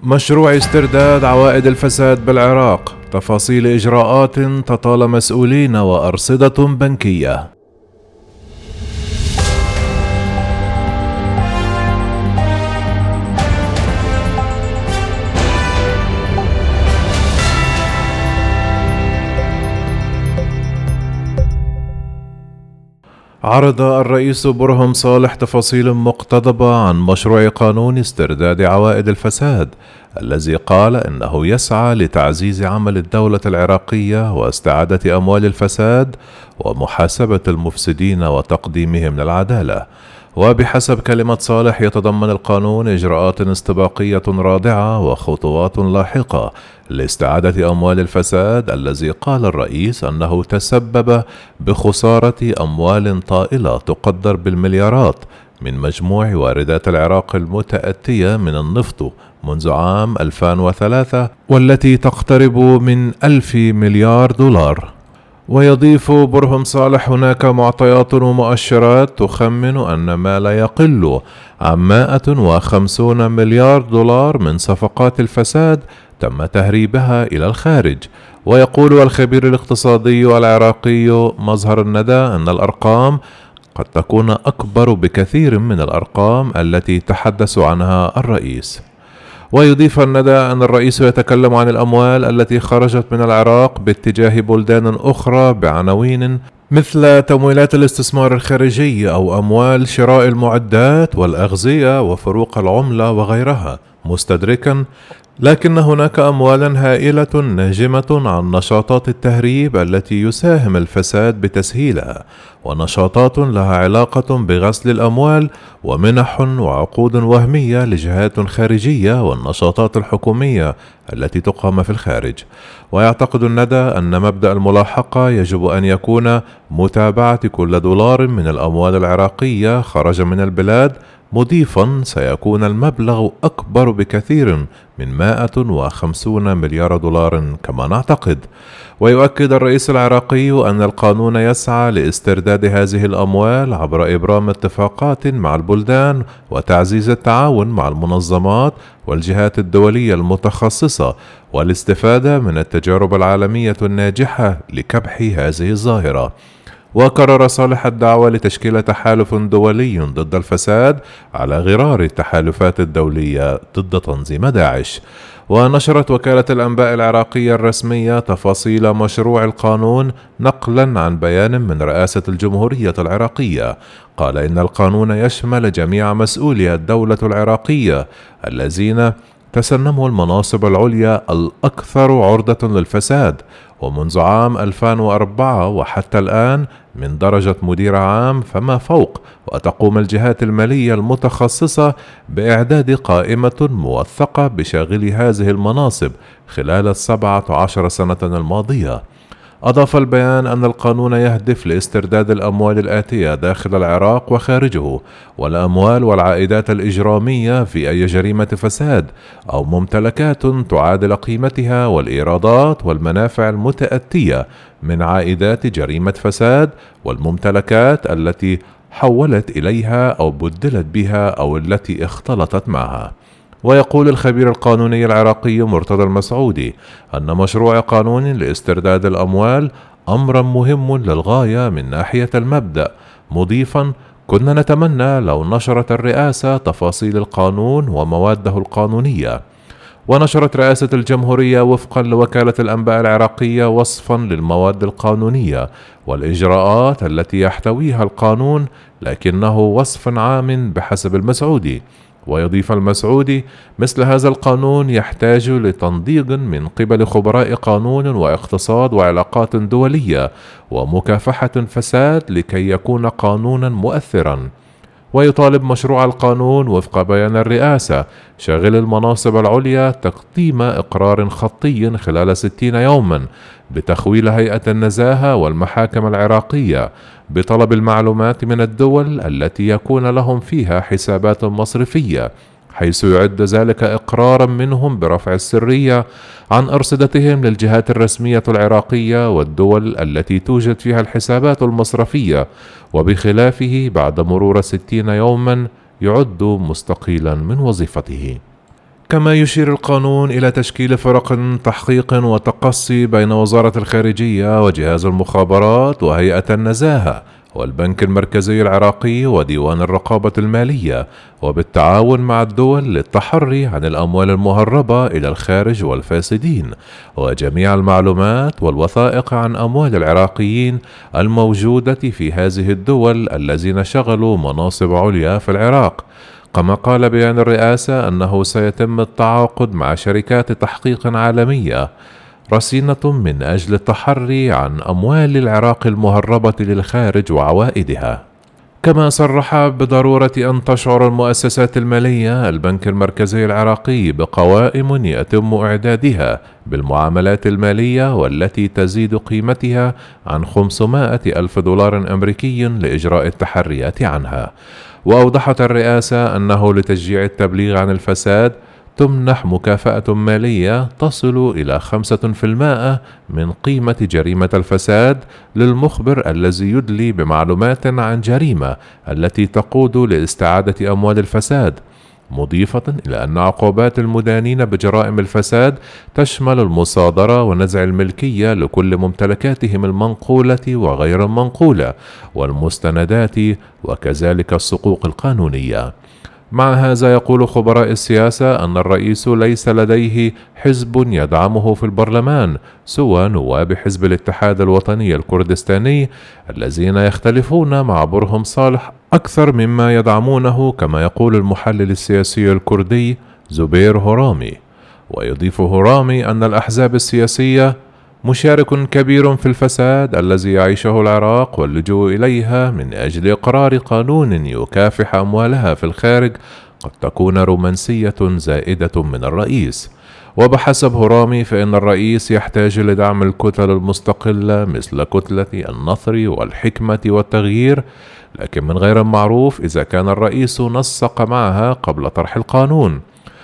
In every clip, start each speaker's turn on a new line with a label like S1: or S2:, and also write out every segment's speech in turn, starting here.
S1: مشروع استرداد عوائد الفساد بالعراق، تفاصيل إجراءات تطال مسؤولين وأرصدة بنكية. عرض الرئيس برهم صالح تفاصيل مقتضبة عن مشروع قانون استرداد عوائد الفساد، الذي قال إنه يسعى لتعزيز عمل الدولة العراقية واستعادة أموال الفساد ومحاسبة المفسدين وتقديمهم للعدالة. وبحسب كلمة صالح يتضمن القانون إجراءات استباقية رادعة وخطوات لاحقة لاستعادة أموال الفساد، الذي قال الرئيس أنه تسبب بخسارة أموال طائلة تقدر بالمليارات من مجموع واردات العراق المتأتية من النفط منذ عام 2003، والتي تقترب من 1000 مليار دولار. ويضيف برهم صالح هناك معطيات ومؤشرات تخمن أن ما لا يقل عن 150 مليار دولار من صفقات الفساد تم تهريبها إلى الخارج. ويقول الخبير الاقتصادي العراقي مظهر الندى أن الأرقام قد تكون أكبر بكثير من الأرقام التي تحدث عنها الرئيس. ويضيف الندى أن الرئيس يتكلم عن الأموال التي خرجت من العراق باتجاه بلدان أخرى بعناوين مثل تمويلات الاستثمار الخارجي أو أموال شراء المعدات والأغذية وفروق العملة وغيرها، مستدركا لكن هناك أموالا هائلة ناجمة عن نشاطات التهريب التي يساهم الفساد بتسهيلها، ونشاطات لها علاقة بغسل الأموال ومنح وعقود وهمية لجهات خارجية والنشاطات الحكومية التي تقام في الخارج. ويعتقد الندى أن مبدأ الملاحقة يجب أن يكون متابعة كل دولار من الأموال العراقية خرج من البلاد، مضيفا سيكون المبلغ أكبر بكثير من 150 مليار دولار كما نعتقد. ويؤكد الرئيس العراقي أن القانون يسعى لاسترداد هذه الأموال عبر إبرام اتفاقات مع البلدان وتعزيز التعاون مع المنظمات والجهات الدولية المتخصصة والاستفادة من التجارب العالمية الناجحة لكبح هذه الظاهرة. وكرر صالح الدعوة لتشكيل تحالف دولي ضد الفساد على غرار التحالفات الدولية ضد تنظيم داعش. ونشرت وكالة الأنباء العراقية الرسمية تفاصيل مشروع القانون نقلا عن بيان من رئاسة الجمهورية العراقية. قال إن القانون يشمل جميع مسؤولي الدولة العراقية الذين تسنموا المناصب العليا الأكثر عرضة للفساد، ومنذ عام 2004 وحتى الآن من درجة مدير عام فما فوق. وتقوم الجهات المالية المتخصصة بإعداد قائمة موثقة بشاغلي هذه المناصب خلال 17 سنة الماضية. أضاف البيان أن القانون يهدف لاسترداد الأموال الآتية داخل العراق وخارجه، والأموال والعائدات الإجرامية في أي جريمة فساد أو ممتلكات تعادل قيمتها والإيرادات والمنافع المتأتية من عائدات جريمة فساد والممتلكات التي حولت إليها أو بدلت بها أو التي اختلطت معها. ويقول الخبير القانوني العراقي مرتضى المسعودي أن مشروع قانون لاسترداد الأموال أمر مهم للغاية من ناحية المبدأ، مضيفا كنا نتمنى لو نشرت الرئاسة تفاصيل القانون ومواده القانونية. ونشرت رئاسة الجمهورية وفقا لوكالة الأنباء العراقية وصفا للمواد القانونية والإجراءات التي يحتويها القانون، لكنه وصف عام بحسب المسعودي. ويضيف المسعودي مثل هذا القانون يحتاج لتنضيج من قبل خبراء قانون واقتصاد وعلاقات دولية ومكافحة الفساد لكي يكون قانونا مؤثرا. ويطالب مشروع القانون وفق بيان الرئاسة شاغل المناصب العليا تقديم إقرار خطي خلال 60 يوما بتخويل هيئة النزاهة والمحاكم العراقية بطلب المعلومات من الدول التي يكون لهم فيها حسابات مصرفية، حيث يعد ذلك إقرارا منهم برفع السرية عن أرصدتهم للجهات الرسمية العراقية والدول التي توجد فيها الحسابات المصرفية، وبخلافه بعد مرور 60 يوما يعد مستقيلا من وظيفته. كما يشير القانون إلى تشكيل فرق تحقيق وتقصي بين وزارة الخارجية وجهاز المخابرات وهيئة النزاهة والبنك المركزي العراقي وديوان الرقابة المالية، وبالتعاون مع الدول للتحري عن الأموال المهربة إلى الخارج والفاسدين، وجميع المعلومات والوثائق عن أموال العراقيين الموجودة في هذه الدول الذين شغلوا مناصب عليا في العراق. كما قال بيان الرئاسة أنه سيتم التعاقد مع شركات تحقيق عالمية رصينة من أجل التحري عن أموال العراق المهربة للخارج وعوائدها. كما صرح بضرورة أن تشعر المؤسسات المالية البنك المركزي العراقي بقوائم يتم إعدادها بالمعاملات المالية والتي تزيد قيمتها عن 500 ألف دولار أمريكي لإجراء التحريات عنها. وأوضحت الرئاسة أنه لتشجيع التبليغ عن الفساد تمنح مكافأة مالية تصل إلى 5% من قيمة جريمة الفساد للمخبر الذي يدلي بمعلومات عن جريمة التي تقود لاستعادة أموال الفساد، مضيفة إلى أن عقوبات المدانين بجرائم الفساد تشمل المصادرة ونزع الملكية لكل ممتلكاتهم المنقولة وغير المنقولة والمستندات وكذلك الصكوك القانونية. مع هذا يقول خبراء السياسة أن الرئيس ليس لديه حزب يدعمه في البرلمان سوى نواب حزب الاتحاد الوطني الكردستاني الذين يختلفون مع برهم صالح أكثر مما يدعمونه، كما يقول المحلل السياسي الكردي زبير هرامي. ويضيف هرامي أن الأحزاب السياسية مشارك كبير في الفساد الذي يعيشه العراق، واللجوء إليها من أجل إقرار قانون يكافح أموالها في الخارج قد تكون رومانسية زائدة من الرئيس. وبحسب هرامي فإن الرئيس يحتاج لدعم الكتل المستقلة مثل كتلة النصر والحكمة والتغيير، لكن من غير المعروف إذا كان الرئيس نسق معها قبل طرح القانون.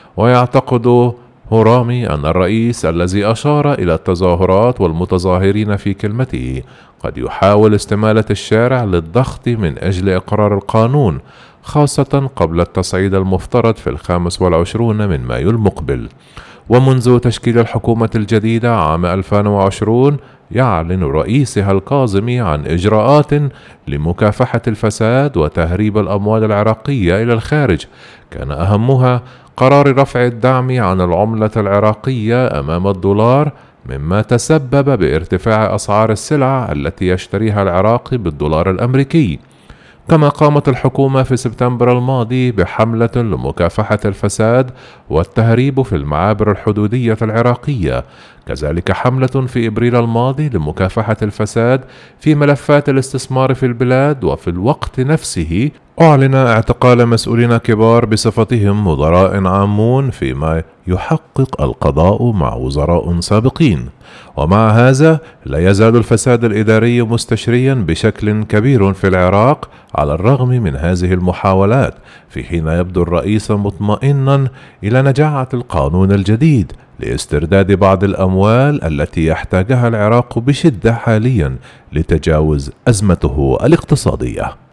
S1: ويعتقد هرامي أن الرئيس الذي أشار إلى التظاهرات والمتظاهرين في كلمته قد يحاول استمالة الشارع للضغط من أجل إقرار القانون، خاصة قبل التصعيد المفترض في 25 من مايو المقبل. ومنذ تشكيل الحكومة الجديدة عام 2020 يعلن رئيسها الكاظمي عن إجراءات لمكافحة الفساد وتهريب الأموال العراقية إلى الخارج، كان أهمها قرار رفع الدعم عن العملة العراقية أمام الدولار، مما تسبب بارتفاع أسعار السلع التي يشتريها العراقي بالدولار الأمريكي. كما قامت الحكومة في سبتمبر الماضي بحملة لمكافحة الفساد والتهريب في المعابر الحدودية العراقية، كذلك حملة في إبريل الماضي لمكافحة الفساد في ملفات الاستثمار في البلاد. وفي الوقت نفسه أعلن اعتقال مسؤولين كبار بصفتهم وزراء عامون، فيما يحقق القضاء مع وزراء سابقين. ومع هذا لا يزال الفساد الإداري مستشريا بشكل كبير في العراق على الرغم من هذه المحاولات، في حين يبدو الرئيس مطمئنا إلى نجاعة القانون الجديد لاسترداد بعض الأموال التي يحتاجها العراق بشدة حاليا لتجاوز أزمته الاقتصادية.